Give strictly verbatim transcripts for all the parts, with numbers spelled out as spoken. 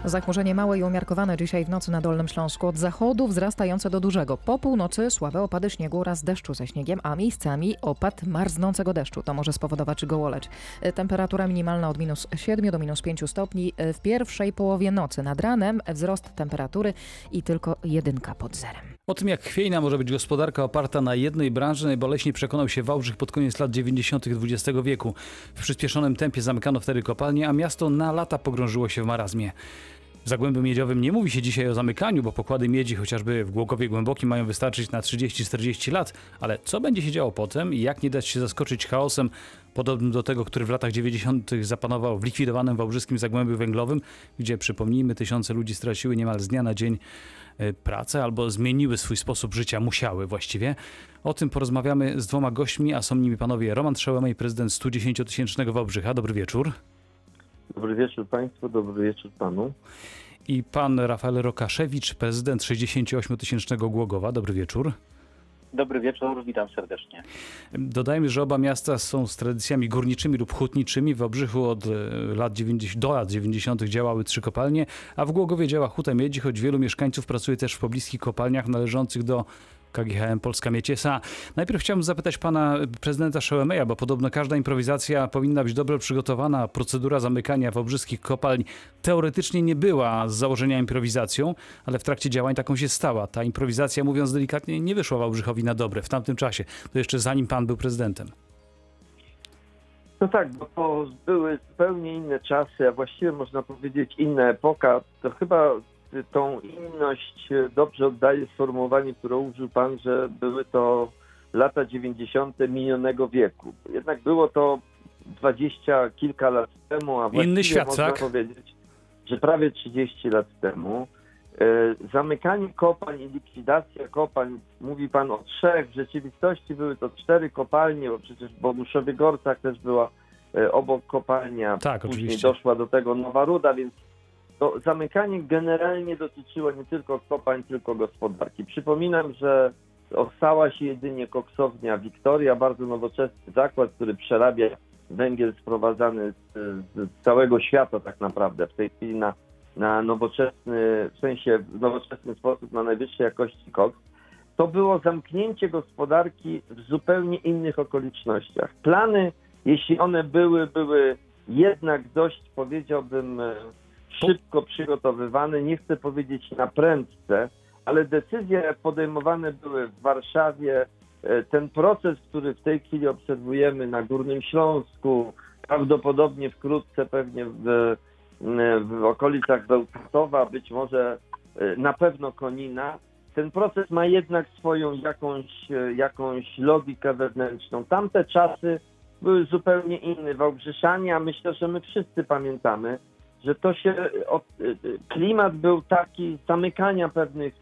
Zachmurzenie małe i umiarkowane dzisiaj w nocy na Dolnym Śląsku. Od zachodu wzrastające do dużego. Po północy słabe opady śniegu oraz deszczu ze śniegiem, a miejscami opad marznącego deszczu. To może spowodować gołoleć. Temperatura minimalna od minus siedmiu do minus pięciu stopni. W pierwszej połowie nocy nad ranem wzrost temperatury i tylko jedynka pod zerem. O tym, jak chwiejna może być gospodarka oparta na jednej branży, najboleśniej przekonał się Wałbrzych pod koniec lat dziewięćdziesiątych dwudziestego wieku. W przyspieszonym tempie zamykano wtedy kopalnie, a miasto na lata pogrążyło się w marazmie. W Zagłębiu Miedziowym nie mówi się dzisiaj o zamykaniu, bo pokłady miedzi chociażby w Głogowie Głębokim mają wystarczyć na trzydzieści czterdzieści lat. Ale co będzie się działo potem i jak nie dać się zaskoczyć chaosem podobnym do tego, który w latach dziewięćdziesiątych zapanował w likwidowanym wałbrzyskim Zagłębiu Węglowym, gdzie, przypomnijmy, tysiące ludzi straciły niemal z dnia na dzień pracę albo zmieniły swój sposób życia, musiały właściwie. O tym porozmawiamy z dwoma gośćmi, a są nimi panowie Roman Trzełemej, prezydent stu dziesięciotysięcznego Wałbrzycha. Dobry wieczór. Dobry wieczór Państwu, dobry wieczór Panu. I pan Rafael Rokaszewicz, prezydent sześćdziesięcioośmiotysięcznego Głogowa. Dobry wieczór. Dobry wieczór, witam serdecznie. Dodajmy, że oba miasta są z tradycjami górniczymi lub hutniczymi. W Wałbrzychu od lat dziewięćdziesiątych do lat dziewięćdziesiątych działały trzy kopalnie, a w Głogowie działa Huta Miedzi, choć wielu mieszkańców pracuje też w pobliskich kopalniach należących do K G H M Polska Miedź S A. Najpierw chciałbym zapytać pana prezydenta Trzełemeja, bo podobno każda improwizacja powinna być dobrze przygotowana. Procedura zamykania wałbrzyskich kopalń teoretycznie nie była z założenia improwizacją, ale w trakcie działań taką się stała. Ta improwizacja, mówiąc delikatnie, nie wyszła Wałbrzychowi na dobre w tamtym czasie. To jeszcze zanim pan był prezydentem. No tak, bo to były zupełnie inne czasy, a właściwie można powiedzieć inna epoka. To chyba tą inność dobrze oddaje sformułowanie, które użył pan, że były to lata dziewięćdziesiąte minionego wieku. Jednak było to dwadzieścia kilka lat temu, a właściwie inny świat, można tak? powiedzieć, że prawie trzydzieści lat temu. Zamykanie kopalń i likwidacja kopalń, mówi pan o trzech, w rzeczywistości były to cztery kopalnie, bo przecież w Boguszowie Gorcach też była obok kopalnia, tak, później oczywiście. doszła do tego Nowa Ruda, więc to zamykanie generalnie dotyczyło nie tylko kopalń, tylko gospodarki. Przypominam, że ostała się jedynie koksownia Wiktoria, bardzo nowoczesny zakład, który przerabia węgiel sprowadzany z, z całego świata tak naprawdę w tej chwili na, na nowoczesny, w sensie w nowoczesny sposób, na najwyższej jakości koks. To było zamknięcie gospodarki w zupełnie innych okolicznościach. Plany, jeśli one były, były jednak dość, powiedziałbym, szybko przygotowywane, nie chcę powiedzieć na prędce, ale decyzje podejmowane były w Warszawie. Ten proces, który w tej chwili obserwujemy na Górnym Śląsku, prawdopodobnie wkrótce pewnie w, w okolicach Bełchatowa, być może na pewno Konina, ten proces ma jednak swoją jakąś, jakąś logikę wewnętrzną. Tamte czasy były zupełnie inne. Wałbrzyszanie, a myślę, że my wszyscy pamiętamy, że to się, klimat był taki zamykania pewnych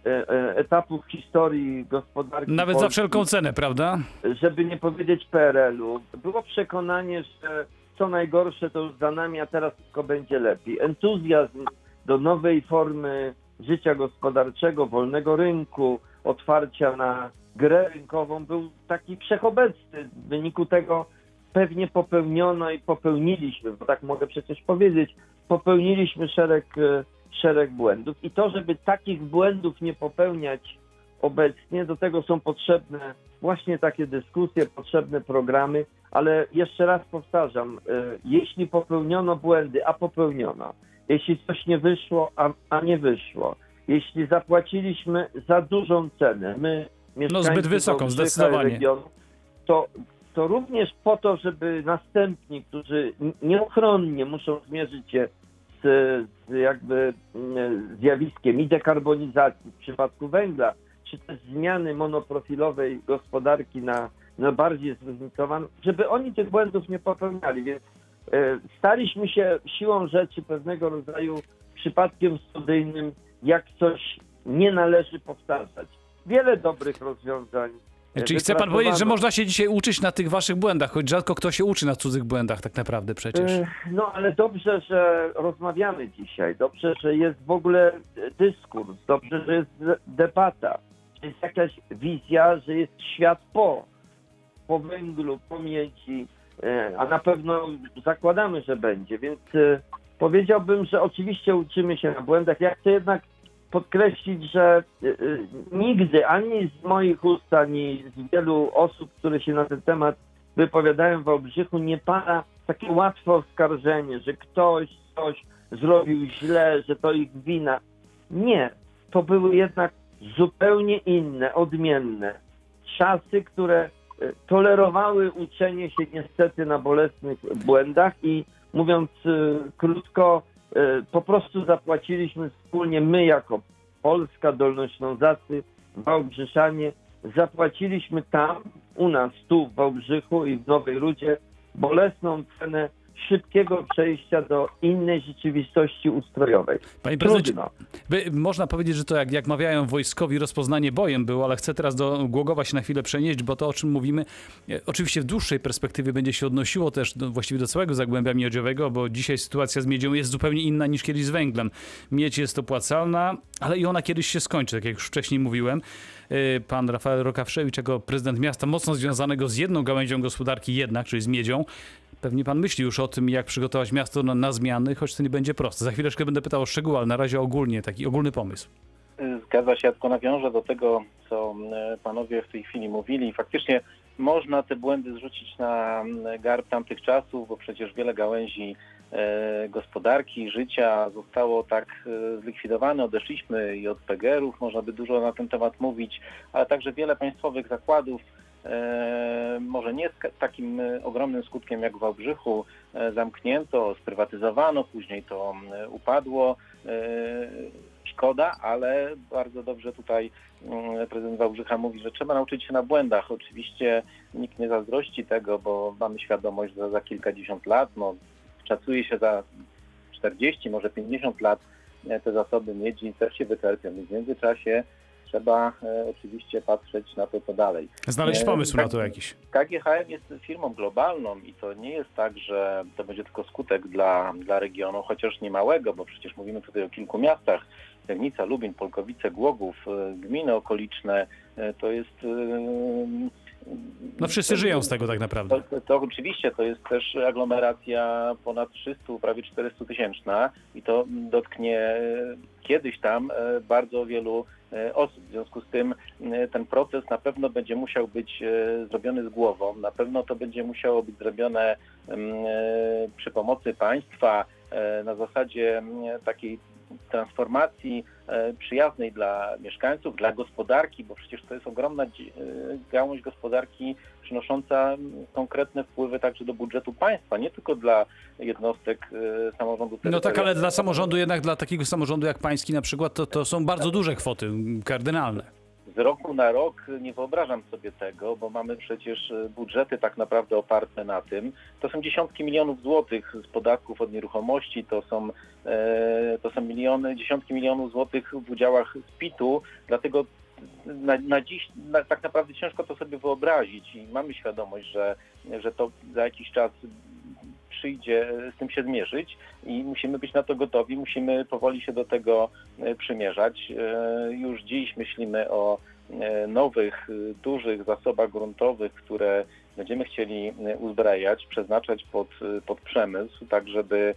etapów historii gospodarki Nawet Polski, za wszelką cenę, prawda? żeby nie powiedzieć P R L-u. Było przekonanie, że co najgorsze to już za nami, a teraz wszystko będzie lepiej. Entuzjazm do nowej formy życia gospodarczego, wolnego rynku, otwarcia na grę rynkową był taki wszechobecny. W wyniku tego pewnie popełniono i popełniliśmy, bo tak mogę przecież powiedzieć, popełniliśmy szereg, szereg błędów. I to, żeby takich błędów nie popełniać obecnie, do tego są potrzebne właśnie takie dyskusje, potrzebne programy, ale jeszcze raz powtarzam, jeśli popełniono błędy, a popełniono, jeśli coś nie wyszło, a, a nie wyszło, jeśli zapłaciliśmy za dużą cenę, my mieszkańcy No zbyt wysoką, Wałbrzycha i zdecydowanie. regionu, to to również po to, żeby następni, którzy nieuchronnie muszą zmierzyć się z, z jakby zjawiskiem i dekarbonizacji w przypadku węgla, czy też zmiany monoprofilowej gospodarki na, na bardziej zróżnicowaną, żeby oni tych błędów nie popełniali. Więc e, staliśmy się siłą rzeczy pewnego rodzaju przypadkiem studyjnym, jak coś nie należy powtarzać. Wiele dobrych rozwiązań. Czyli chce pan powiedzieć, że można się dzisiaj uczyć na tych waszych błędach, choć rzadko kto się uczy na cudzych błędach tak naprawdę przecież. No ale dobrze, że rozmawiamy dzisiaj, dobrze, że jest w ogóle dyskurs, dobrze, że jest debata, że jest jakaś wizja, że jest świat po, po węglu, po miedzi, a na pewno zakładamy, że będzie, więc powiedziałbym, że oczywiście uczymy się na błędach. Ja chcę jednak podkreślić, że y, y, nigdy ani z moich ust, ani z wielu osób, które się na ten temat wypowiadają w Wałbrzychu, nie pada takie łatwe oskarżenie, że ktoś coś zrobił źle, że to ich wina. Nie. To były jednak zupełnie inne, odmienne czasy, które y, tolerowały uczenie się niestety na bolesnych błędach i mówiąc y, krótko, y, po prostu zapłaciliśmy wspólnie, my jako Polska, Dolnoślązacy, Wałbrzyszanie, zapłaciliśmy tam, u nas, tu w Wałbrzychu i w Nowej Rudzie, bolesną cenę szybkiego przejścia do innej rzeczywistości ustrojowej. Panie prezydencie, Trudno. by, można powiedzieć, że to jak, jak mawiają wojskowi, rozpoznanie bojem było, ale chcę teraz do Głogowa się na chwilę przenieść, bo to, o czym mówimy, e, oczywiście w dłuższej perspektywie będzie się odnosiło też do, właściwie do całego Zagłębia Miodziowego, bo dzisiaj sytuacja z miedzią jest zupełnie inna niż kiedyś z węglem. Miedź jest opłacalna, ale i ona kiedyś się skończy, tak jak już wcześniej mówiłem. E, pan Rafael Rokawszewicz, jako prezydent miasta mocno związanego z jedną gałęzią gospodarki jednak, czyli z miedzią, pewnie pan myśli już o tym, jak przygotować miasto na, na zmiany, choć to nie będzie proste. Za chwileczkę będę pytał o szczegóły, ale na razie ogólnie, taki ogólny pomysł. Zgadza się, ja tylko nawiążę do tego, co panowie w tej chwili mówili. Faktycznie można te błędy zrzucić na garb tamtych czasów, bo przecież wiele gałęzi gospodarki, życia zostało tak zlikwidowane. Odeszliśmy i od P G R-ów, można by dużo na ten temat mówić, ale także wiele państwowych zakładów, może nie z takim ogromnym skutkiem jak w Wałbrzychu, zamknięto, sprywatyzowano, później to upadło. Szkoda, ale bardzo dobrze tutaj prezydent Wałbrzycha mówi, że trzeba nauczyć się na błędach. Oczywiście nikt nie zazdrości tego, bo mamy świadomość, że za kilkadziesiąt lat, no szacuje się za czterdzieści, może pięćdziesiąt lat te zasoby miedzi też się wyczerpią. W międzyczasie trzeba e, oczywiście patrzeć na to, co dalej. Znaleźć pomysł e, na to jakiś. K G H M jest firmą globalną i to nie jest tak, że to będzie tylko skutek dla, dla regionu, chociaż nie małego, bo przecież mówimy tutaj o kilku miastach. Legnica, Lubin, Polkowice, Głogów, e, gminy okoliczne, e, to jest... E, No wszyscy żyją z tego tak naprawdę. To, to oczywiście to jest też aglomeracja ponad trzysta, prawie czterysta tysięczna i to dotknie kiedyś tam bardzo wielu osób. W związku z tym ten proces na pewno będzie musiał być zrobiony z głową, na pewno to będzie musiało być zrobione przy pomocy państwa na zasadzie takiej transformacji przyjaznej dla mieszkańców, dla gospodarki, bo przecież to jest ogromna gałąź gospodarki przynosząca konkretne wpływy także do budżetu państwa, nie tylko dla jednostek samorządu terytorialnego. No tak, ale dla samorządu, jednak dla takiego samorządu jak pański na przykład, to, to są bardzo duże kwoty, kardynalne. Z roku na rok nie wyobrażam sobie tego, bo mamy przecież budżety tak naprawdę oparte na tym. To są dziesiątki milionów złotych z podatków od nieruchomości, to są, e, to są miliony, dziesiątki milionów złotych w udziałach z P I T-u, dlatego na, na dziś na, tak naprawdę ciężko to sobie wyobrazić i mamy świadomość, że, że to za jakiś czas przyjdzie z tym się zmierzyć i musimy być na to gotowi, musimy powoli się do tego przymierzać. Już dziś myślimy o nowych, dużych zasobach gruntowych, które będziemy chcieli uzbrajać, przeznaczać pod, pod przemysł, tak żeby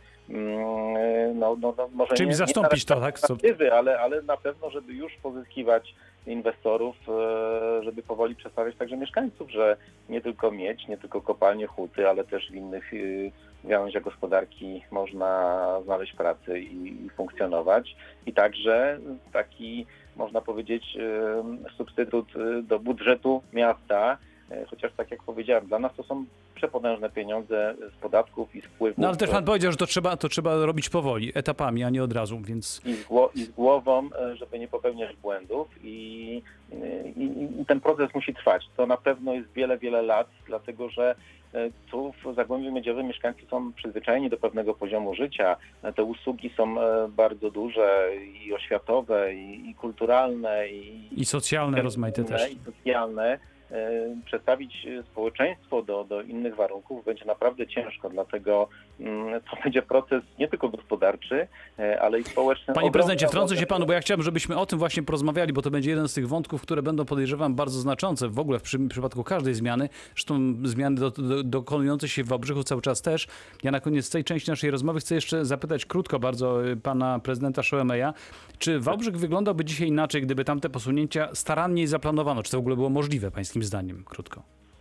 no, no, no może Czyli nie, zastąpić nie to, tak? Co... ale, ale na pewno, żeby już pozyskiwać inwestorów, żeby powoli przestawiać także mieszkańców, że nie tylko miedź, nie tylko kopalnie, huty, ale też w innych gałęziach gospodarki można znaleźć pracę i, i funkcjonować. I także taki, można powiedzieć, substytut do budżetu miasta, chociaż tak jak powiedziałem, dla nas to są przepotężne pieniądze z podatków i z wpływów. No ale też pan powiedział, że to trzeba, to trzeba robić powoli, etapami, a nie od razu, więc... I z, gło- i z głową, żeby nie popełniać błędów i, i, i ten proces musi trwać. To na pewno jest wiele, wiele lat, dlatego że tu w Zagłębiu Miedziowym mieszkańcy są przyzwyczajeni do pewnego poziomu życia. Te usługi są bardzo duże i oświatowe, i, i kulturalne, i, I socjalne, rozmaite też. I socjalne. przestawić społeczeństwo do, do innych warunków będzie naprawdę ciężko, dlatego to będzie proces nie tylko gospodarczy, ale i społeczny. Panie prezydencie, wtrącę się panu, bo ja chciałbym, żebyśmy o tym właśnie porozmawiali, bo to będzie jeden z tych wątków, które będą, podejrzewam, bardzo znaczące w ogóle w przy, przypadku każdej zmiany. Zresztą zmiany do, do, dokonujące się w Wałbrzychu cały czas też. Ja na koniec tej części naszej rozmowy chcę jeszcze zapytać krótko bardzo pana prezydenta Szołemeja, czy Wałbrzych wyglądałby dzisiaj inaczej, gdyby tamte posunięcia staranniej zaplanowano? Czy to w ogóle było możliwe, pańskim zdaniem? Krótko.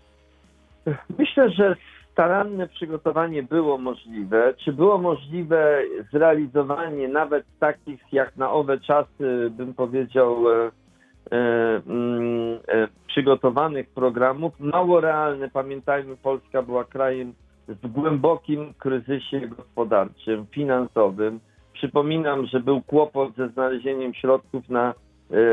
Myślę, że staranne przygotowanie było możliwe. Czy było możliwe zrealizowanie nawet takich jak na owe czasy, bym powiedział, e, e, e, przygotowanych programów? Mało realne. Pamiętajmy, Polska była krajem w głębokim kryzysie gospodarczym, finansowym. Przypominam, że był kłopot ze znalezieniem środków na e,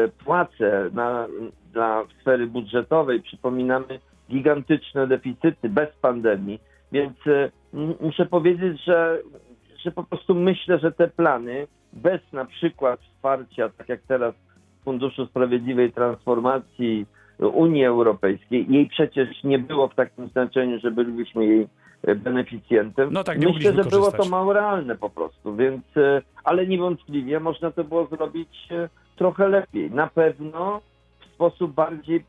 płace na, dla sfery budżetowej. Przypominamy gigantyczne deficyty bez pandemii, więc e, muszę powiedzieć, że, że po prostu myślę, że te plany bez na przykład wsparcia, tak jak teraz Funduszu Sprawiedliwej Transformacji Unii Europejskiej, jej przecież nie było w takim znaczeniu, że byliśmy jej beneficjentem. No tak, nie myślę, że było to korzystać. mało realne po prostu, więc, ale niewątpliwie można to było zrobić trochę lepiej. Na pewno w sposób bardziej,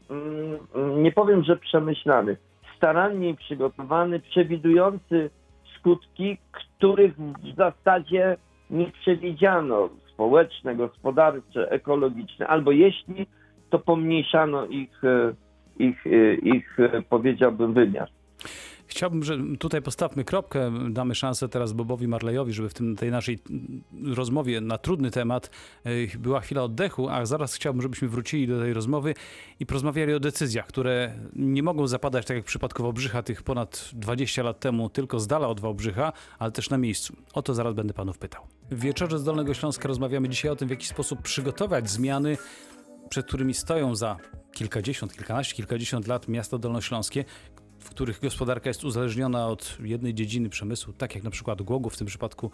nie powiem, że przemyślany, staranniej przygotowany, przewidujący skutki, których w zasadzie nie przewidziano, społeczne, gospodarcze, ekologiczne, albo jeśli, to pomniejszano ich, ich, ich powiedziałbym, wymiar. Chciałbym, że tutaj postawmy kropkę, damy szansę teraz Bobowi Marleyowi, żeby w tym, tej naszej rozmowie na trudny temat była chwila oddechu, a zaraz chciałbym, żebyśmy wrócili do tej rozmowy i porozmawiali o decyzjach, które nie mogą zapadać, tak jak w przypadku Wałbrzycha, tych ponad dwadzieścia lat temu, tylko z dala od Wałbrzycha, ale też na miejscu. O to zaraz będę panów pytał. W Wieczorze z Dolnego Śląska rozmawiamy dzisiaj o tym, w jaki sposób przygotować zmiany, przed którymi stoją za kilkadziesiąt, kilkanaście, kilkadziesiąt lat miasta dolnośląskie, w których gospodarka jest uzależniona od jednej dziedziny przemysłu, tak jak na przykład Głogów, w tym przypadku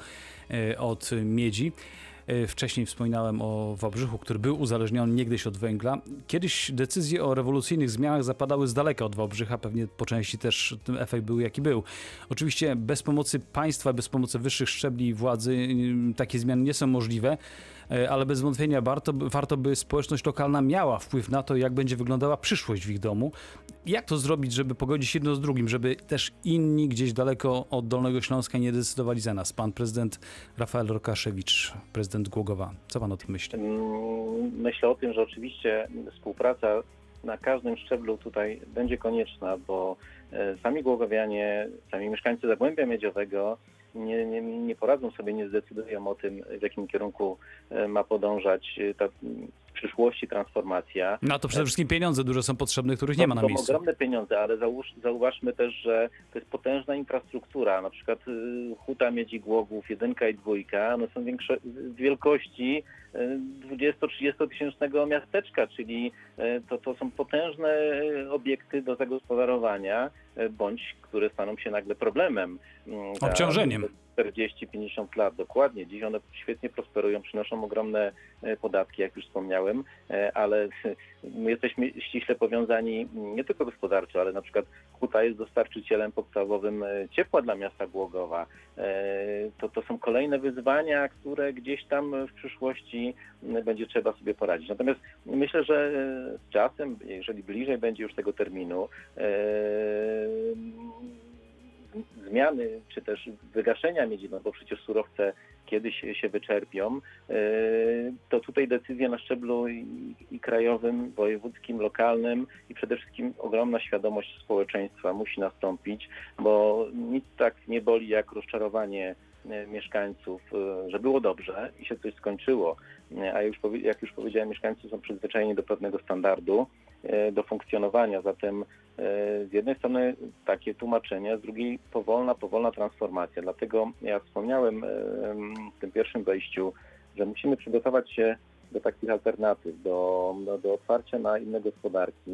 od miedzi. Wcześniej wspominałem o Wałbrzychu, który był uzależniony niegdyś od węgla. Kiedyś decyzje o rewolucyjnych zmianach zapadały z daleka od Wałbrzycha, pewnie po części też ten efekt był jaki był. Oczywiście bez pomocy państwa, bez pomocy wyższych szczebli władzy takie zmiany nie są możliwe, ale bez wątpienia warto, warto by społeczność lokalna miała wpływ na to, jak będzie wyglądała przyszłość w ich domu. Jak to zrobić, żeby pogodzić jedno z drugim, żeby też inni gdzieś daleko od Dolnego Śląska nie decydowali za nas? Pan prezydent Rafael Rokaszewicz, prezydent Głogowa. Co pan o tym myśli? Myślę o tym, że oczywiście współpraca na każdym szczeblu tutaj będzie konieczna, bo sami głogowianie, sami mieszkańcy Zagłębia Miedziowego Nie, nie, nie poradzą sobie, nie zdecydują o tym, w jakim kierunku ma podążać ta w przyszłości transformacja. No to przede wszystkim pieniądze duże są potrzebne, których nie ma na To miejscu. są ogromne pieniądze, ale załóż, zauważmy też, że to jest potężna infrastruktura. Na przykład Huta Miedzi Głogów, jedynka i dwójka, one są większe z wielkości dwudziesto-trzydziesto tysięcznego miasteczka, czyli to, to są potężne obiekty do zagospodarowania, bądź które staną się nagle problemem. Obciążeniem. czterdzieści pięćdziesiąt lat, dokładnie. Dziś one świetnie prosperują, przynoszą ogromne podatki, jak już wspomniałem, ale my jesteśmy ściśle powiązani nie tylko gospodarczo, ale na przykład Huta jest dostarczycielem podstawowym ciepła dla miasta Głogowa. To, to są kolejne wyzwania, które gdzieś tam w przyszłości będzie trzeba sobie poradzić. Natomiast myślę, że z czasem, jeżeli bliżej będzie już tego terminu, zmiany, czy też wygaszenia miedzi, no bo przecież surowce kiedyś się wyczerpią, to tutaj decyzje na szczeblu i, i krajowym, wojewódzkim, lokalnym i przede wszystkim ogromna świadomość społeczeństwa musi nastąpić, bo nic tak nie boli jak rozczarowanie mieszkańców, że było dobrze i się coś skończyło, a już, jak już powiedziałem, mieszkańcy są przyzwyczajeni do pewnego standardu, do funkcjonowania, zatem z jednej strony takie tłumaczenie, z drugiej powolna, powolna transformacja. Dlatego ja wspomniałem w tym pierwszym wejściu, że musimy przygotować się do takich alternatyw, do, do, do otwarcia na inne gospodarki.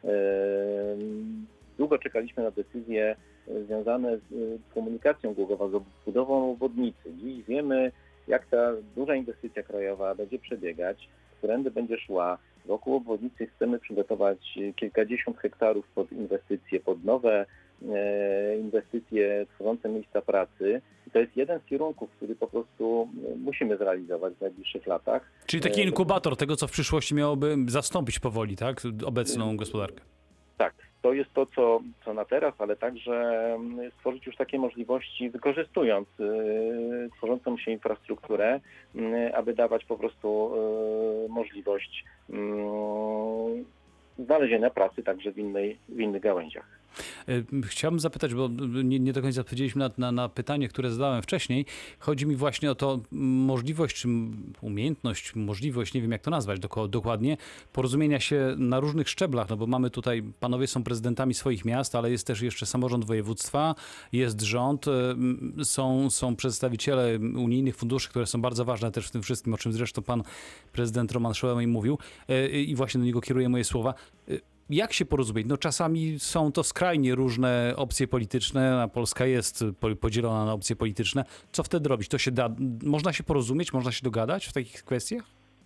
Długo czekaliśmy na decyzje związane z komunikacją Głogowa, z budową obwodnicy. Dziś wiemy, jak ta duża inwestycja krajowa będzie przebiegać, którędy będzie szła. Wokół obwodnicy chcemy przygotować kilkadziesiąt hektarów pod inwestycje, pod nowe e, inwestycje tworzące miejsca pracy. I to jest jeden z kierunków, który po prostu musimy zrealizować w najbliższych latach. Czyli taki inkubator tego, co w przyszłości miałoby zastąpić powoli, tak, obecną gospodarkę. Tak, to jest to, co, co na teraz, ale także stworzyć już takie możliwości, wykorzystując y, tworzącą się infrastrukturę, y, aby dawać po prostu y, możliwość y, znalezienia pracy także w, innej, w innych gałęziach. Chciałbym zapytać, bo nie, nie do końca odpowiedzieliśmy na, na, na pytanie, które zadałem wcześniej. Chodzi mi właśnie o to możliwość, czy umiejętność, możliwość, nie wiem jak to nazwać dokładnie, porozumienia się na różnych szczeblach, no bo mamy tutaj, panowie są prezydentami swoich miast, ale jest też jeszcze samorząd województwa, jest rząd, są, są przedstawiciele unijnych funduszy, które są bardzo ważne też w tym wszystkim, o czym zresztą pan prezydent Roman Szołomej mówił i właśnie do niego kieruję moje słowa. Jak się porozumieć? No czasami są to skrajnie różne opcje polityczne, a Polska jest podzielona na opcje polityczne. Co wtedy robić? To się da, można się porozumieć, można się dogadać w takich kwestiach?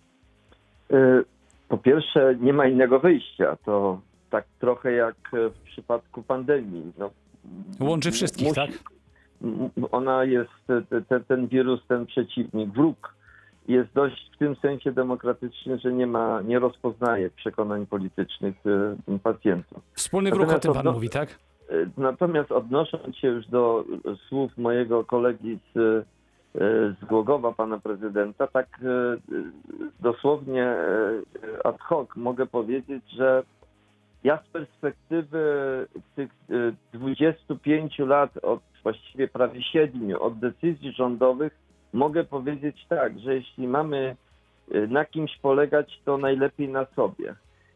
Po pierwsze, nie ma innego wyjścia. To tak trochę jak w przypadku pandemii. No, łączy wszystkich, musi, tak? Ona jest, ten, ten wirus, ten przeciwnik, wróg, jest dość w tym sensie demokratyczny, że nie ma, nie rozpoznaje przekonań politycznych y, pacjentów. Wspólny wróg, o tym pan mówi, tak? Natomiast odnosząc się już do słów mojego kolegi z, y, z Głogowa, pana prezydenta, tak y, dosłownie y, ad hoc mogę powiedzieć, że ja z perspektywy tych y, dwudziestu pięciu lat, od właściwie prawie siedmiu, od decyzji rządowych, mogę powiedzieć tak, że jeśli mamy na kimś polegać, to najlepiej na sobie.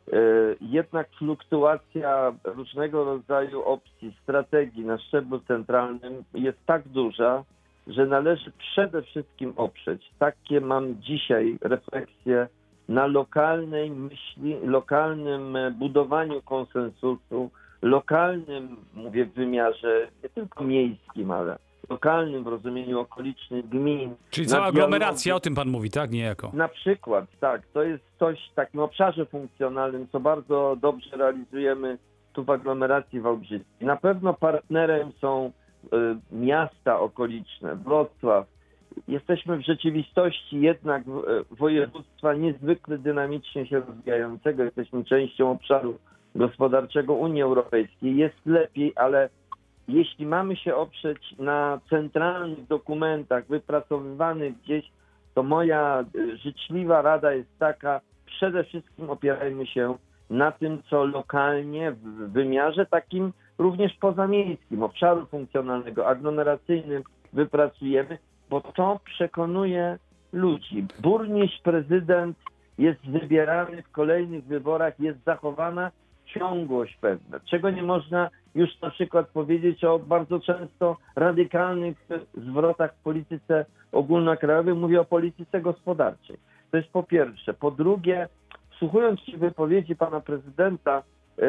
Jednak fluktuacja różnego rodzaju opcji, strategii na szczeblu centralnym jest tak duża, że należy przede wszystkim oprzeć. Takie mam dzisiaj refleksje na lokalnej myśli, lokalnym budowaniu konsensusu, lokalnym, mówię w wymiarze nie tylko miejskim, ale lokalnym w rozumieniu okolicznych gmin. Czyli cała aglomeracja, o tym pan mówi, tak? Niejako. Na przykład, tak. To jest coś w takim obszarze funkcjonalnym, co bardzo dobrze realizujemy tu w aglomeracji wałbrzyskiej. Na pewno partnerem są y, miasta okoliczne, Wrocław. Jesteśmy w rzeczywistości jednak y, województwa niezwykle dynamicznie się rozwijającego. Jesteśmy częścią obszaru gospodarczego Unii Europejskiej. Jest lepiej, ale jeśli mamy się oprzeć na centralnych dokumentach wypracowywanych gdzieś, to moja życzliwa rada jest taka, przede wszystkim opierajmy się na tym, co lokalnie w wymiarze takim również pozamiejskim, obszaru funkcjonalnego, aglomeracyjnym wypracujemy, bo to przekonuje ludzi. Burmistrz, prezydent jest wybierany w kolejnych wyborach, jest zachowana ciągłość pewna, czego nie można już na przykład powiedzieć o bardzo często radykalnych zwrotach w polityce ogólnokrajowej. Mówię o polityce gospodarczej. To jest po pierwsze. Po drugie, wsłuchując się w wypowiedzi pana prezydenta,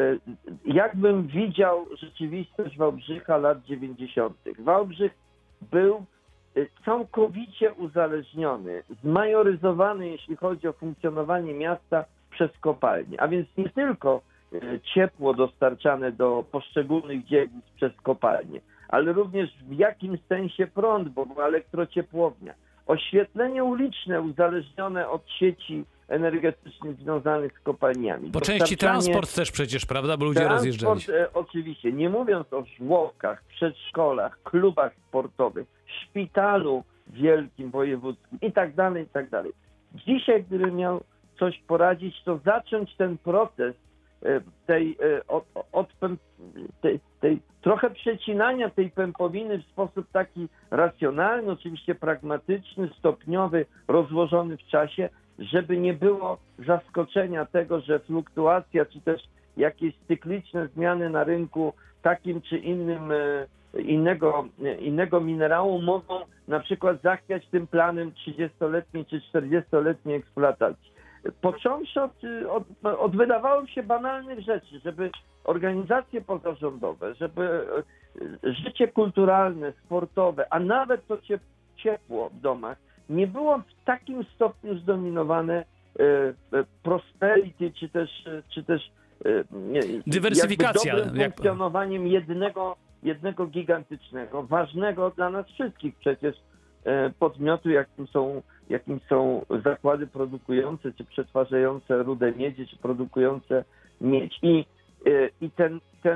jakbym widział rzeczywistość Wałbrzycha lat dziewięćdziesiątych. Wałbrzych był całkowicie uzależniony, zmajoryzowany, jeśli chodzi o funkcjonowanie miasta, przez kopalnie. A więc nie tylko ciepło dostarczane do poszczególnych dzielnic przez kopalnie, ale również w jakimś sensie prąd, bo była elektrociepłownia. Oświetlenie uliczne uzależnione od sieci energetycznych związanych z kopalniami. Po części transport też przecież, prawda? Bo ludzie transport, rozjeżdżali się. E, oczywiście, nie mówiąc o żłobkach, przedszkolach, klubach sportowych, szpitalu wielkim, wojewódzkim i tak dalej, i tak dalej. Dzisiaj, gdybym miał coś poradzić, to zacząć ten proces tej, od, od, tej, tej trochę przecinania tej pępowiny w sposób taki racjonalny, oczywiście pragmatyczny, stopniowy, rozłożony w czasie, żeby nie było zaskoczenia tego, że fluktuacja czy też jakieś cykliczne zmiany na rynku takim czy innym innego, innego minerału mogą na przykład zachwiać tym planem trzydziestoletniej czy czterdziestoletniej eksploatacji. Począwszy od, od, od wydawało mi się banalnych rzeczy, żeby organizacje pozarządowe, żeby życie kulturalne, sportowe, a nawet to ciepło w domach nie było w takim stopniu zdominowane prosperity, czy też, czy też dywersyfikacja, jakby dobrym jak... funkcjonowaniem jednego, jednego gigantycznego, ważnego dla nas wszystkich przecież podmiotu, jakim są, jakim są zakłady produkujące, czy przetwarzające rudę miedzi, czy produkujące miedź. I, i ten, ten,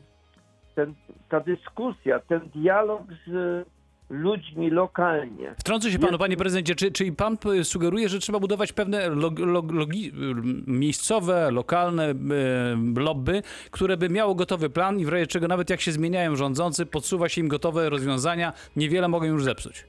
ten, ta dyskusja, ten dialog z ludźmi lokalnie. Wtrącę się panu, panie prezydencie, czy, czyli pan sugeruje, że trzeba budować pewne log, log, logi, miejscowe, lokalne y, lobby, które by miało gotowy plan i w razie czego nawet jak się zmieniają rządzący, podsuwa się im gotowe rozwiązania, niewiele mogą już zepsuć.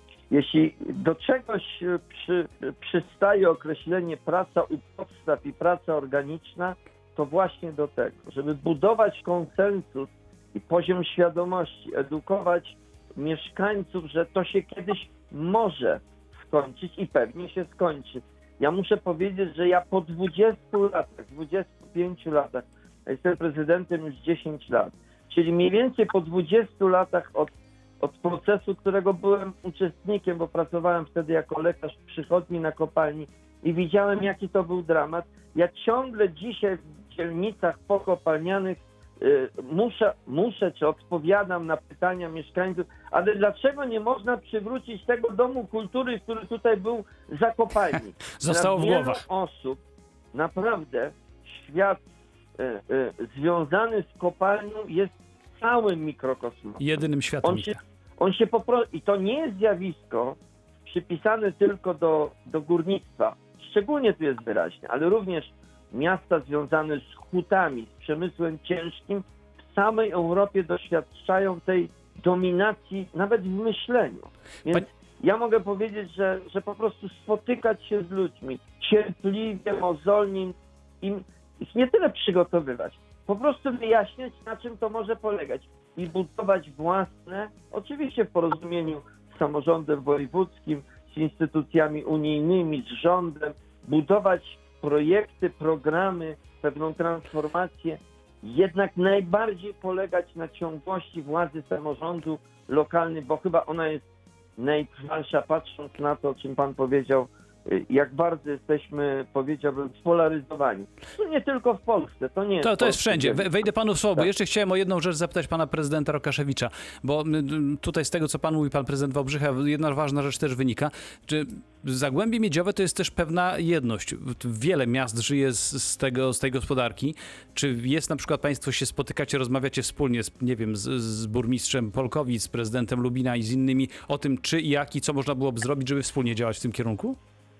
Jeśli do czegoś przy, przystaje określenie praca u podstaw i praca organiczna, to właśnie do tego, żeby budować konsensus i poziom świadomości, edukować mieszkańców, że to się kiedyś może skończyć i pewnie się skończy. Ja muszę powiedzieć, że ja po dwudziestu latach, dwudziestu pięciu latach, jestem prezydentem już dziesięć lat, czyli mniej więcej po dwudziestu latach od, od procesu, którego byłem uczestnikiem, bo pracowałem wtedy jako lekarz w przychodni na kopalni i widziałem, jaki to był dramat. Ja ciągle dzisiaj w dzielnicach pokopalnianych Muszę, muszę, czy odpowiadam na pytania mieszkańców, ale dlaczego nie można przywrócić tego domu kultury, który tutaj był za kopalni? Zostało w wielu głowach osób naprawdę świat y, y, związany z kopalnią jest całym mikrokosmosem. Jedynym światem. On się, on się po prostu, i to nie jest zjawisko przypisane tylko do, do górnictwa. Szczególnie tu jest wyraźnie, ale również miasta związane z hutami, z przemysłem ciężkim w samej Europie doświadczają tej dominacji nawet w myśleniu. Więc Pani... ja mogę powiedzieć, że, że po prostu spotykać się z ludźmi, cierpliwie, mozolnie im ich nie tyle przygotowywać, po prostu wyjaśniać, na czym to może polegać i budować własne, oczywiście w porozumieniu z samorządem wojewódzkim, z instytucjami unijnymi, z rządem, budować projekty, programy, pewną transformację, jednak najbardziej polegać na ciągłości władzy samorządu lokalnym, bo chyba ona jest najtrwalsza, patrząc na to, o czym pan powiedział, jak bardzo jesteśmy, powiedziałbym, spolaryzowani. To nie tylko w Polsce, to nie jest To, to jest Polsce. wszędzie. Wejdę panu w słowo. Tak. Jeszcze chciałem o jedną rzecz zapytać pana prezydenta Rokaszewicza, bo tutaj z tego, co pan mówi, pan prezydent Wałbrzycha, jedna ważna rzecz też wynika. Czy Zagłębie Miedziowe to jest też pewna jedność? Wiele miast żyje z, z, tego, z tej gospodarki. Czy jest na przykład, państwo się spotykacie, rozmawiacie wspólnie z, nie wiem, z, z burmistrzem Polkowic, z prezydentem Lubina i z innymi o tym, czy i jak i co można byłoby zrobić, żeby wspólnie działać w tym kierunku?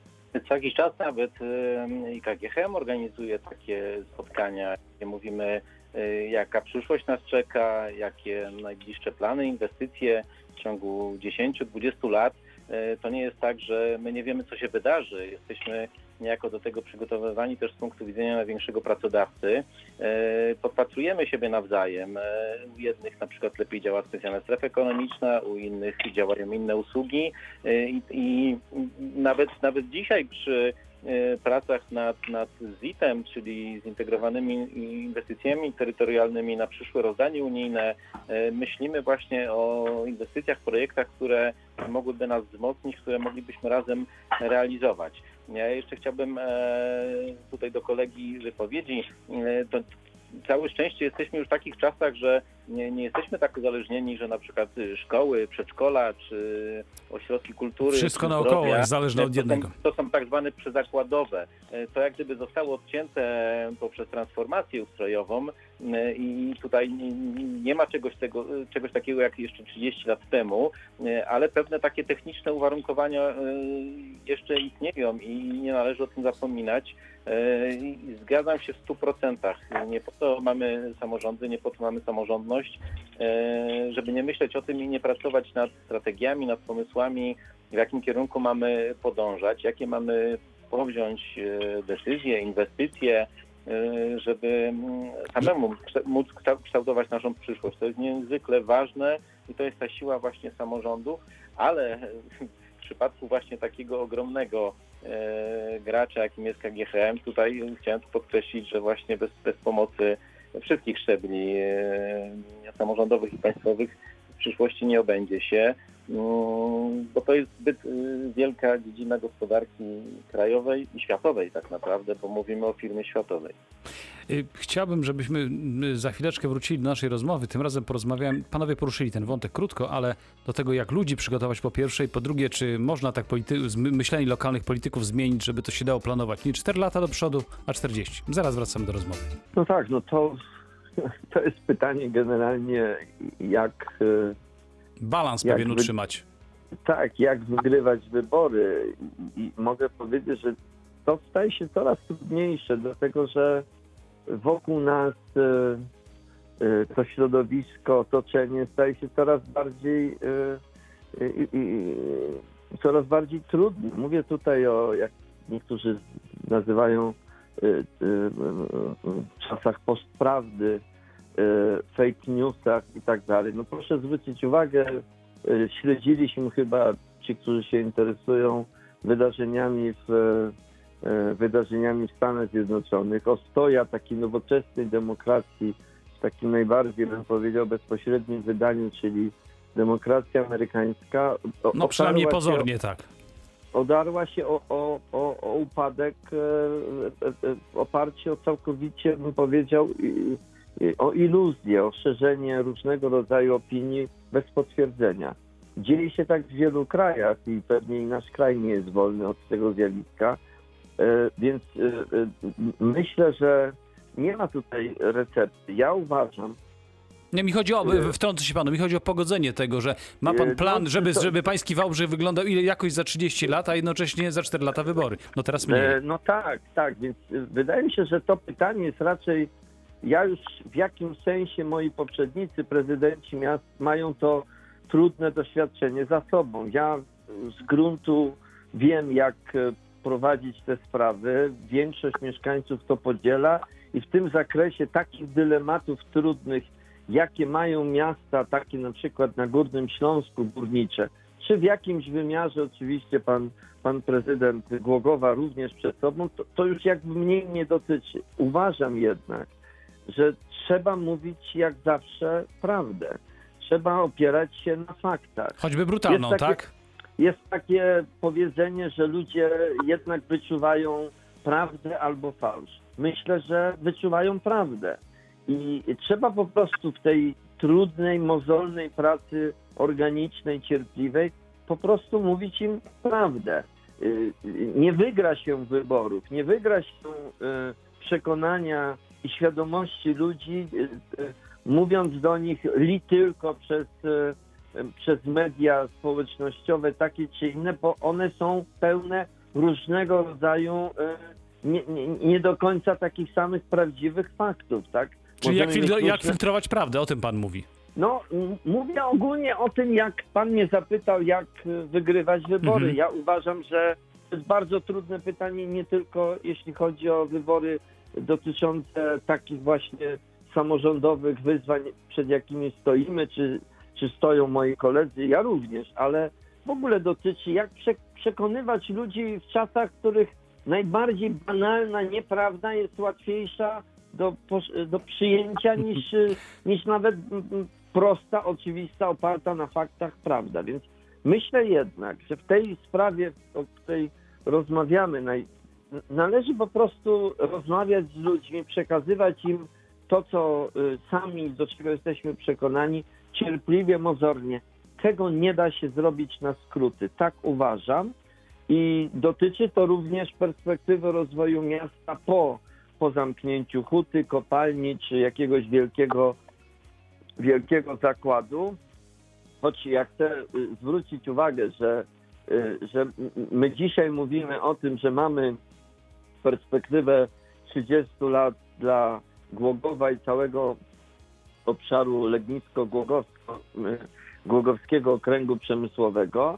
Co jakiś czas nawet I K G H M organizuje takie spotkania, gdzie mówimy, jaka przyszłość nas czeka, jakie najbliższe plany, inwestycje w ciągu dziesięciu do dwudziestu lat. To nie jest tak, że my nie wiemy, co się wydarzy. Jesteśmy niejako do tego przygotowywani też z punktu widzenia największego pracodawcy. Podpatrujemy siebie nawzajem. U jednych na przykład lepiej działa specjalna strefa ekonomiczna, u innych działają inne usługi i, i nawet, nawet dzisiaj przy pracach nad, nad Z I T-em, czyli zintegrowanymi inwestycjami terytorialnymi na przyszłe rozdanie unijne, myślimy właśnie o inwestycjach, projektach, które mogłyby nas wzmocnić, które moglibyśmy razem realizować. Ja jeszcze chciałbym tutaj do kolegi wypowiedzi, to całe szczęście jesteśmy już w takich czasach, że nie, nie jesteśmy tak uzależnieni, że na przykład szkoły, przedszkola czy ośrodki kultury. Wszystko naokoło jest zależne od jednego. To są, to są tak zwane przyzakładowe. To jak gdyby zostało odcięte poprzez transformację ustrojową i tutaj nie, nie ma czegoś, tego, czegoś takiego jak jeszcze trzydzieści lat temu, ale pewne takie techniczne uwarunkowania jeszcze istnieją i nie należy o tym zapominać. Zgadzam się w stu procentach. Nie po to mamy samorządy, nie po to mamy samorządność, żeby nie myśleć o tym i nie pracować nad strategiami, nad pomysłami, w jakim kierunku mamy podążać, jakie mamy powziąć decyzje, inwestycje, żeby samemu móc kształtować naszą przyszłość. To jest niezwykle ważne i to jest ta siła właśnie samorządu, ale w przypadku właśnie takiego ogromnego e, gracza, jakim jest K G H M, tutaj chciałem podkreślić, że właśnie bez, bez pomocy wszystkich szczebli e, samorządowych i państwowych w przyszłości nie obędzie się. bo to jest zbyt wielka dziedzina gospodarki krajowej i światowej tak naprawdę, bo mówimy o firmie światowej. Chciałbym, żebyśmy za chwileczkę wrócili do naszej rozmowy. Tym razem porozmawiałem, panowie poruszyli ten wątek krótko, ale do tego, jak ludzi przygotować po pierwsze i po drugie, czy można tak polity- myślenie lokalnych polityków zmienić, żeby to się dało planować nie cztery lata do przodu, a czterdzieści. Zaraz wracamy do rozmowy. No tak, no to, to jest pytanie generalnie, jak... Balans jak pewien wy... utrzymać. Tak, jak wygrywać wybory. I, I mogę powiedzieć, że to staje się coraz trudniejsze, dlatego że wokół nas to środowisko, otoczenie staje się coraz bardziej coraz bardziej trudne. Mówię tutaj o, jak niektórzy nazywają, czasach postprawdy, fake newsach i tak dalej. No proszę zwrócić uwagę, śledziliśmy chyba, ci, którzy się interesują wydarzeniami w wydarzeniami w Stanach Zjednoczonych, ostoja takiej nowoczesnej demokracji w takim najbardziej, bym powiedział, bezpośrednim wydaniu, czyli demokracja amerykańska. No przynajmniej pozornie, o, tak. Odarła się o, o, o, o upadek e, e, w oparciu o całkowicie, bym powiedział, i, i, o iluzję, o szerzenie różnego rodzaju opinii bez potwierdzenia. Dzieje się tak w wielu krajach i pewnie i nasz kraj nie jest wolny od tego zjawiska. Więc myślę, że nie ma tutaj recepty. Ja uważam... Nie, mi chodzi o, wtrącę się panu, mi chodzi o pogodzenie tego, że ma pan plan, no, żeby, to... żeby pański Wałbrzych wyglądał ile jakoś za trzydzieści lat, a jednocześnie za cztery lata wybory. No teraz mniej. No tak, tak, więc wydaje mi się, że to pytanie jest raczej... Ja już w jakimś sensie moi poprzednicy, prezydenci miast mają to trudne doświadczenie za sobą. Ja z gruntu wiem, jak prowadzić te sprawy. Większość mieszkańców to podziela i w tym zakresie takich dylematów trudnych, jakie mają miasta, takie na przykład na Górnym Śląsku górnicze, czy w jakimś wymiarze oczywiście pan, pan prezydent Głogowa również przed sobą, to, to już jakby mnie nie dotyczy. Uważam jednak, że trzeba mówić jak zawsze prawdę. Trzeba opierać się na faktach. Choćby brutalną, takie, tak? Jest takie powiedzenie, że ludzie jednak wyczuwają prawdę albo fałsz. Myślę, że wyczuwają prawdę. I trzeba po prostu w tej trudnej, mozolnej pracy organicznej, cierpliwej po prostu mówić im prawdę. Nie wygra się wyborów, nie wygra się przekonania i świadomości ludzi, mówiąc do nich li tylko przez, przez media społecznościowe takie czy inne, bo one są pełne różnego rodzaju nie, nie, nie do końca takich samych prawdziwych faktów, tak? Czyli jak, filtro, różne... jak filtrować prawdę, o tym pan mówi. No, mówię ogólnie o tym, jak pan mnie zapytał, jak wygrywać wybory. Mhm. Ja uważam, że to jest bardzo trudne pytanie, nie tylko jeśli chodzi o wybory dotyczące takich właśnie samorządowych wyzwań, przed jakimi stoimy, czy, czy stoją moi koledzy, ja również, ale w ogóle dotyczy, jak prze, przekonywać ludzi w czasach, w których najbardziej banalna nieprawda jest łatwiejsza do, do przyjęcia niż, niż nawet prosta, oczywista, oparta na faktach prawda. Więc myślę jednak, że w tej sprawie, o której rozmawiamy, naj, należy po prostu rozmawiać z ludźmi, przekazywać im to, co y, sami, do czego jesteśmy przekonani, cierpliwie, mozornie. Tego nie da się zrobić na skróty. Tak uważam. I dotyczy to również perspektywy rozwoju miasta po, po zamknięciu huty, kopalni czy jakiegoś wielkiego, wielkiego zakładu. Choć ja chcę zwrócić uwagę, że, że my dzisiaj mówimy o tym, że mamy perspektywę trzydziestu lat dla Głogowa i całego obszaru Legnicko-Głogowskiego okręgu przemysłowego.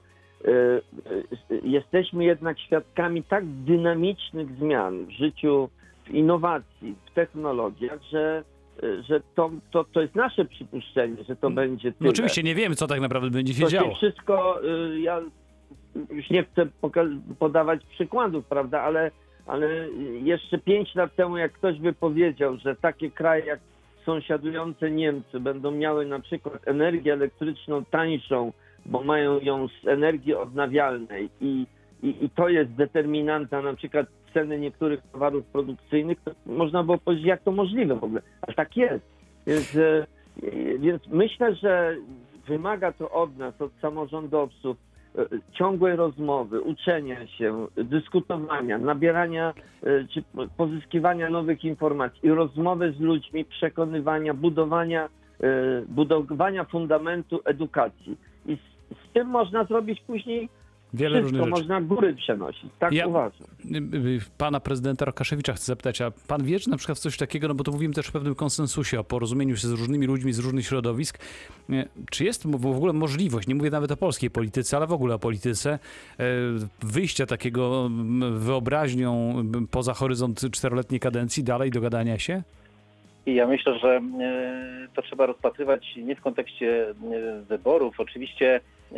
Jesteśmy jednak świadkami tak dynamicznych zmian w życiu, w innowacji, w technologiach, że, że to, to, to jest nasze przypuszczenie, że to będzie tyle. No oczywiście nie wiemy, co tak naprawdę będzie się to działo. Się wszystko, ja już nie chcę podawać przykładów, prawda, ale, ale jeszcze pięć lat temu, jak ktoś by powiedział, że takie kraje jak sąsiadujące Niemcy będą miały na przykład energię elektryczną tańszą bo mają ją z energii odnawialnej i, i, i to jest determinanta na przykład ceny niektórych towarów produkcyjnych, to można było powiedzieć, jak to możliwe w ogóle, a tak jest. Więc, e, więc myślę, że wymaga to od nas, od samorządowców, e, ciągłej rozmowy, uczenia się, dyskutowania, nabierania e, czy pozyskiwania nowych informacji i rozmowy z ludźmi, przekonywania, budowania, e, budowania fundamentu edukacji. I z, z tym można zrobić później Wiele wszystko, różnych rzeczy. można góry przenosić. Tak Ja- uważam. Pana prezydenta Rokaszewicza chcę zapytać, a pan wie, czy na przykład coś takiego, no bo to mówimy też o pewnym konsensusie, o porozumieniu się z różnymi ludźmi z różnych środowisk. Nie, Czy jest w ogóle możliwość, nie mówię nawet o polskiej polityce, ale w ogóle o polityce, e, wyjścia takiego m, wyobraźnią m, poza horyzont czteroletniej kadencji, dalej dogadania się? I ja myślę, że e, to trzeba rozpatrywać nie w kontekście e, wyborów. Oczywiście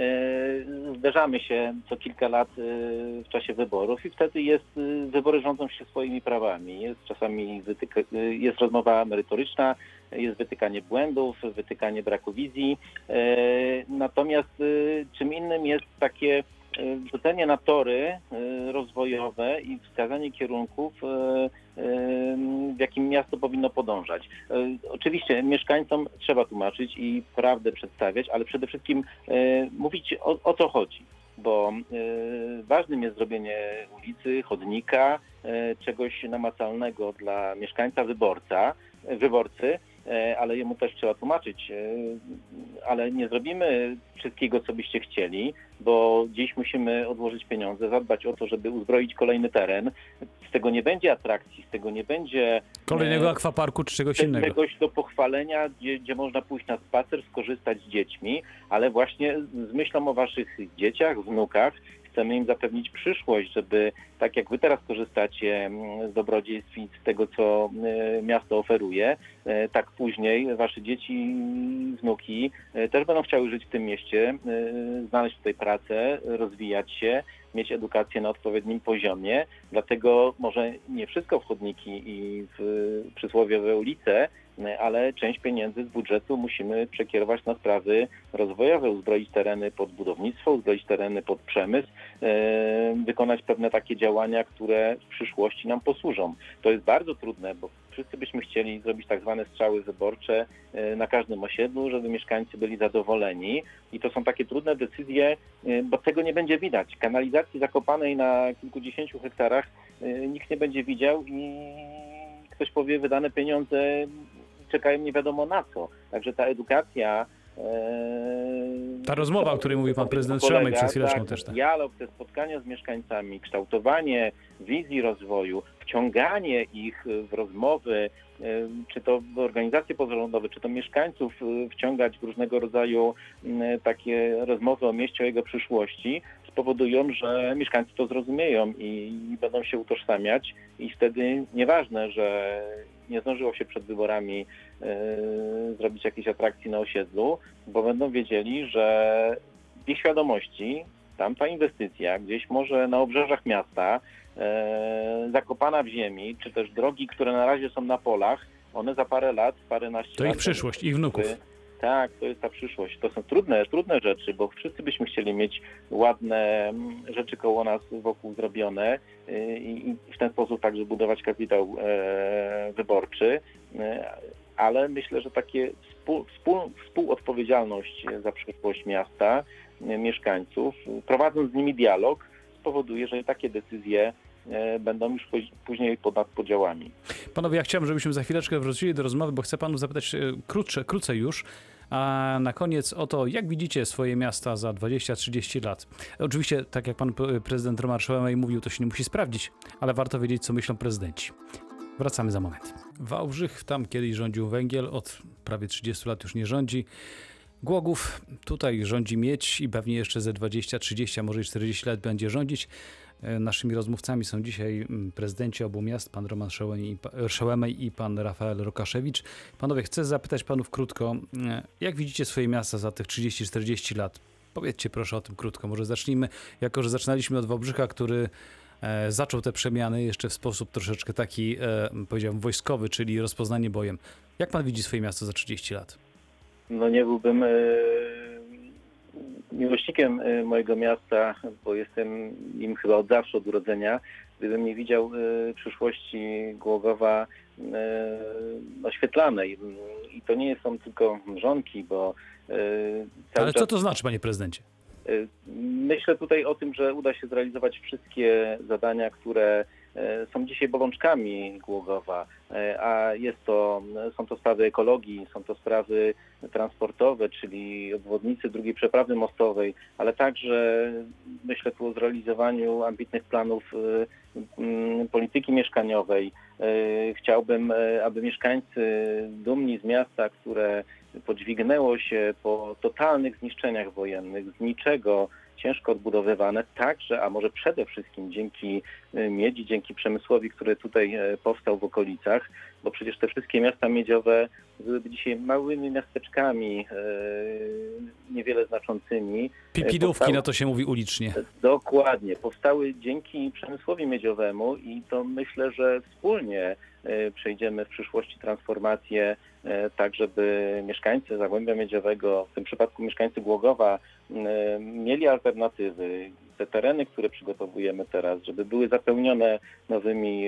e, zderzamy się co kilka lat e, w czasie wyborów i wtedy jest, e, wybory rządzą się swoimi prawami. Jest czasami wytyka, e, jest rozmowa merytoryczna, jest wytykanie błędów, wytykanie braku wizji. E, natomiast e, czym innym jest takie e, wrzucenie na tory e, rozwojowe i wskazanie kierunków, e, w jakim miasto powinno podążać. Oczywiście mieszkańcom trzeba tłumaczyć i prawdę przedstawiać, ale przede wszystkim mówić o, o co chodzi, bo ważnym jest zrobienie ulicy, chodnika, czegoś namacalnego dla mieszkańca, wyborca, wyborcy, ale jemu też trzeba tłumaczyć, ale nie zrobimy wszystkiego, co byście chcieli, bo dziś musimy odłożyć pieniądze, zadbać o to, żeby uzbroić kolejny teren. Z tego nie będzie atrakcji, z tego nie będzie Kolejnego akwaparku czy czegoś innego? czegoś do pochwalenia, gdzie, gdzie można pójść na spacer, skorzystać z dziećmi, ale właśnie z myślą o waszych dzieciach, wnukach. Chcemy im zapewnić przyszłość, żeby tak jak wy teraz korzystacie z dobrodziejstw i z tego, co miasto oferuje, tak później wasze dzieci, wnuki też będą chciały żyć w tym mieście, znaleźć tutaj pracę, rozwijać się, mieć edukację na odpowiednim poziomie. Dlatego może nie wszystko w chodniki i w przysłowiowe ulice, ale część pieniędzy z budżetu musimy przekierować na sprawy rozwojowe, uzbroić tereny pod budownictwo, uzbroić tereny pod przemysł, wykonać pewne takie działania, które w przyszłości nam posłużą. To jest bardzo trudne, bo wszyscy byśmy chcieli zrobić tak zwane strzały wyborcze na każdym osiedlu, żeby mieszkańcy byli zadowoleni. I to są takie trudne decyzje, bo tego nie będzie widać. Kanalizacji zakopanej na kilkudziesięciu hektarach nikt nie będzie widział i ktoś powie, wydane pieniądze czekają nie wiadomo na co. Także ta edukacja... Ta rozmowa, o której mówił pan prezydent polega, Szamek przed chwileczką tak, też. Tak. Dialog, te spotkania z mieszkańcami, kształtowanie wizji rozwoju, wciąganie ich w rozmowy, czy to w organizacje pozarządowe, czy to mieszkańców wciągać w różnego rodzaju takie rozmowy o mieście, o jego przyszłości, spowodują, że mieszkańcy to zrozumieją i będą się utożsamiać i wtedy nieważne, że nie zdążyło się przed wyborami yy, zrobić jakiejś atrakcji na osiedlu, bo będą wiedzieli, że w ich świadomości tamta inwestycja gdzieś może na obrzeżach miasta, yy, zakopana w ziemi, czy też drogi, które na razie są na polach, one za parę lat, paręnaście To lat... ich przyszłość, ich wnuków. Tak, to jest ta przyszłość. To są trudne, trudne rzeczy, bo wszyscy byśmy chcieli mieć ładne rzeczy koło nas wokół zrobione i w ten sposób także budować kapitał wyborczy, ale myślę, że takie współ, współ, współodpowiedzialność za przyszłość miasta, mieszkańców, prowadząc z nimi dialog, spowoduje, że takie decyzje będą już później ponad podziałami. Panowie, ja chciałbym, żebyśmy za chwileczkę wrócili do rozmowy, bo chcę panu zapytać krótsze, krócej już, a na koniec o to, jak widzicie swoje miasta za dwadzieścia trzydzieści lat. Oczywiście, tak jak pan prezydent Roman Szołomej mówił, to się nie musi sprawdzić, ale warto wiedzieć, co myślą prezydenci. Wracamy za moment. Wałbrzych, tam kiedyś rządził węgiel, od prawie trzydziestu lat już nie rządzi. Głogów, tutaj rządzi miedź i pewnie jeszcze ze dwadzieścia, trzydzieści, a może i czterdzieści lat będzie rządzić. Naszymi rozmówcami są dzisiaj prezydenci obu miast, pan Roman Szołomej i pan Rafael Rokaszewicz. Panowie, chcę zapytać panów krótko, jak widzicie swoje miasta za tych trzydzieści czterdzieści lat? Powiedzcie proszę o tym krótko. Może zacznijmy, jako że zaczynaliśmy od Wałbrzycha, który zaczął te przemiany jeszcze w sposób troszeczkę taki, powiedziałbym, wojskowy, czyli rozpoznanie bojem. Jak pan widzi swoje miasto za trzydzieści lat? No nie byłbym miłośnikiem mojego miasta, bo jestem im chyba od zawsze, od urodzenia. Gdybym nie widział w przyszłości Głogowa oświetlanej. I to nie są tylko mrzonki, bo cały Ale czas... co to znaczy, panie prezydencie? Myślę tutaj o tym, że uda się zrealizować wszystkie zadania, które są dzisiaj bolączkami Głogowa, a jest to, są to sprawy ekologii, są to sprawy transportowe, czyli obwodnicy drugiej przeprawy mostowej, ale także myślę tu o zrealizowaniu ambitnych planów polityki mieszkaniowej. Chciałbym, aby mieszkańcy dumni z miasta, które podźwignęło się po totalnych zniszczeniach wojennych, z niczego, ciężko odbudowywane, także, a może przede wszystkim dzięki miedzi, dzięki przemysłowi, który tutaj powstał w okolicach, bo przecież te wszystkie miasta miedziowe byłyby dzisiaj małymi miasteczkami, niewiele znaczącymi. Pipidówki, Powstały... na to się mówi ulicznie. Dokładnie. Powstały dzięki przemysłowi miedziowemu i to myślę, że wspólnie przejdziemy w przyszłości transformację tak, żeby mieszkańcy Zagłębia Miedziowego, w tym przypadku mieszkańcy Głogowa, mieli alternatywy. Te tereny, które przygotowujemy teraz, żeby były zapełnione nowymi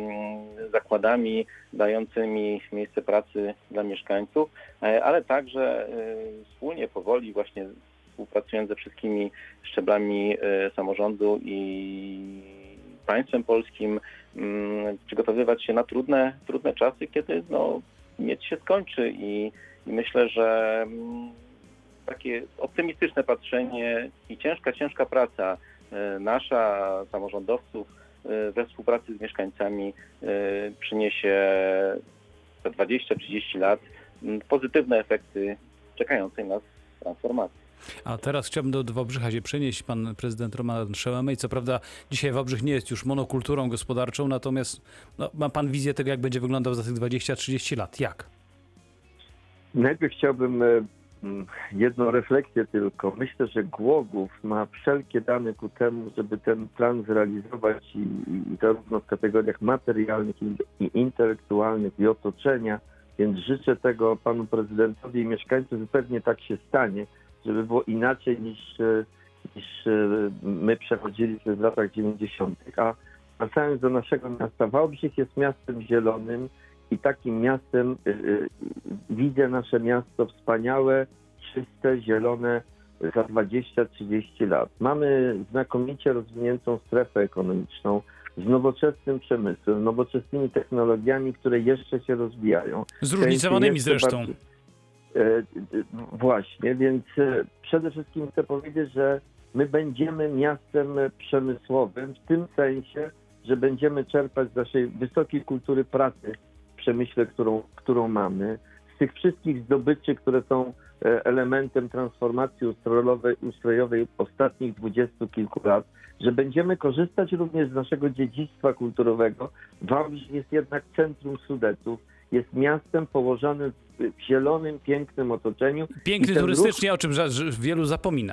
zakładami dającymi miejsce pracy dla mieszkańców, ale także wspólnie, powoli, właśnie współpracując ze wszystkimi szczeblami samorządu i państwem polskim, przygotowywać się na trudne, trudne czasy, kiedy no, miedź się skończy i, i myślę, że takie optymistyczne patrzenie i ciężka, ciężka praca nasza, samorządowców we współpracy z mieszkańcami przyniesie za dwadzieścia trzydzieści lat pozytywne efekty czekającej nas transformacji. A teraz chciałbym do, do Wałbrzycha się przenieść. Pan prezydent Roman Szełemej. Co prawda dzisiaj Wałbrzych nie jest już monokulturą gospodarczą, natomiast no, ma pan wizję tego, jak będzie wyglądał za tych dwadzieścia trzydzieści lat. Jak? Najpierw chciałbym jedną refleksję tylko. Myślę, że Głogów ma wszelkie dane ku temu, żeby ten plan zrealizować i, i zarówno w kategoriach materialnych i intelektualnych i otoczenia, więc życzę tego panu prezydentowi i mieszkańcom, że pewnie tak się stanie, żeby było inaczej niż, niż my przechodziliśmy w latach dziewięćdziesiątych. A wracając do naszego miasta, Wałbrzych jest miastem zielonym i takim miastem y, y, widzę nasze miasto wspaniałe, czyste, zielone za dwadzieścia trzydzieści lat. Mamy znakomicie rozwiniętą strefę ekonomiczną z nowoczesnym przemysłem, nowoczesnymi technologiami, które jeszcze się rozwijają. Zróżnicowanymi zresztą. Bardziej... Właśnie, więc przede wszystkim chcę powiedzieć, że my będziemy miastem przemysłowym w tym sensie, że będziemy czerpać z naszej wysokiej kultury pracy w przemyśle, którą, którą mamy, z tych wszystkich zdobyczy, które są elementem transformacji ustrojowej, ustrojowej ostatnich dwudziestu kilku lat, że będziemy korzystać również z naszego dziedzictwa kulturowego. Wałbrzych jest jednak centrum Sudetów, jest miastem położonym w zielonym, pięknym otoczeniu. Piękny turystycznie, ruch... o czym wielu zapomina.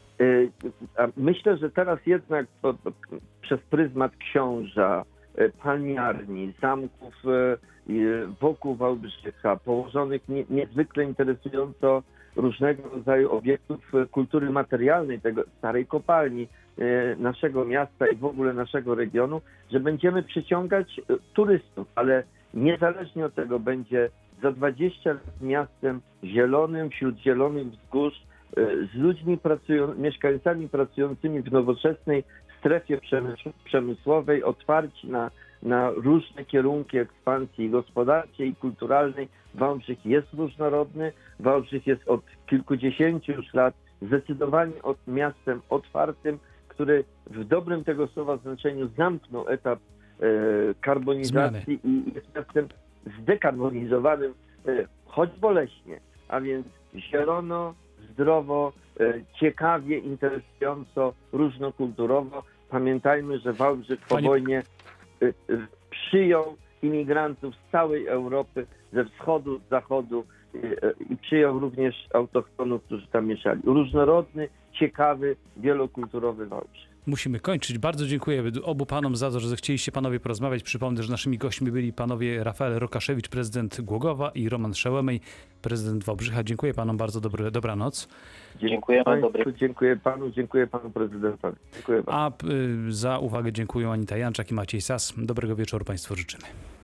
Myślę, że teraz jednak po, po, przez pryzmat książa, palmiarni, zamków wokół Wałbrzycha, położonych nie, niezwykle interesująco różnego rodzaju obiektów kultury materialnej, tego starej kopalni naszego miasta i w ogóle naszego regionu, że będziemy przyciągać turystów, ale niezależnie od tego będzie za dwadzieścia lat miastem zielonym, wśród zielonych wzgórz, z ludźmi pracują, mieszkańcami pracującymi w nowoczesnej strefie przemysłowej, otwarci na, na różne kierunki ekspansji gospodarczej i kulturalnej. Wałbrzych jest różnorodny, Wałbrzych jest od kilkudziesięciu już lat zdecydowanie od miastem otwartym, który w dobrym tego słowa znaczeniu zamknął etap e, karbonizacji Zmiany. I jest miastem zdekarbonizowanym, e, choć boleśnie, a więc zielono, zdrowo, e, ciekawie, interesująco, różnokulturowo. Pamiętajmy, że Wałbrzych po Panie... wojnie e, e, przyjął imigrantów z całej Europy, ze wschodu, z zachodu, i przyjął również autochtonów, którzy tam mieszkali. Różnorodny, ciekawy, wielokulturowy Wałbrzych. Musimy kończyć. Bardzo dziękuję obu panom za to, że zechcieliście panowie porozmawiać. Przypomnę, że naszymi gośćmi byli panowie Rafael Rokaszewicz, prezydent Głogowa, i Roman Szełemej, prezydent Wałbrzycha. Dziękuję panom bardzo. Dobry, dobranoc. Dziękuję panu. Dobry. Dziękuję panu, dziękuję panu prezydentowi. Dziękuję bardzo. A y, za uwagę dziękuję Anita Janczak i Maciej Sas. Dobrego wieczoru państwu życzymy.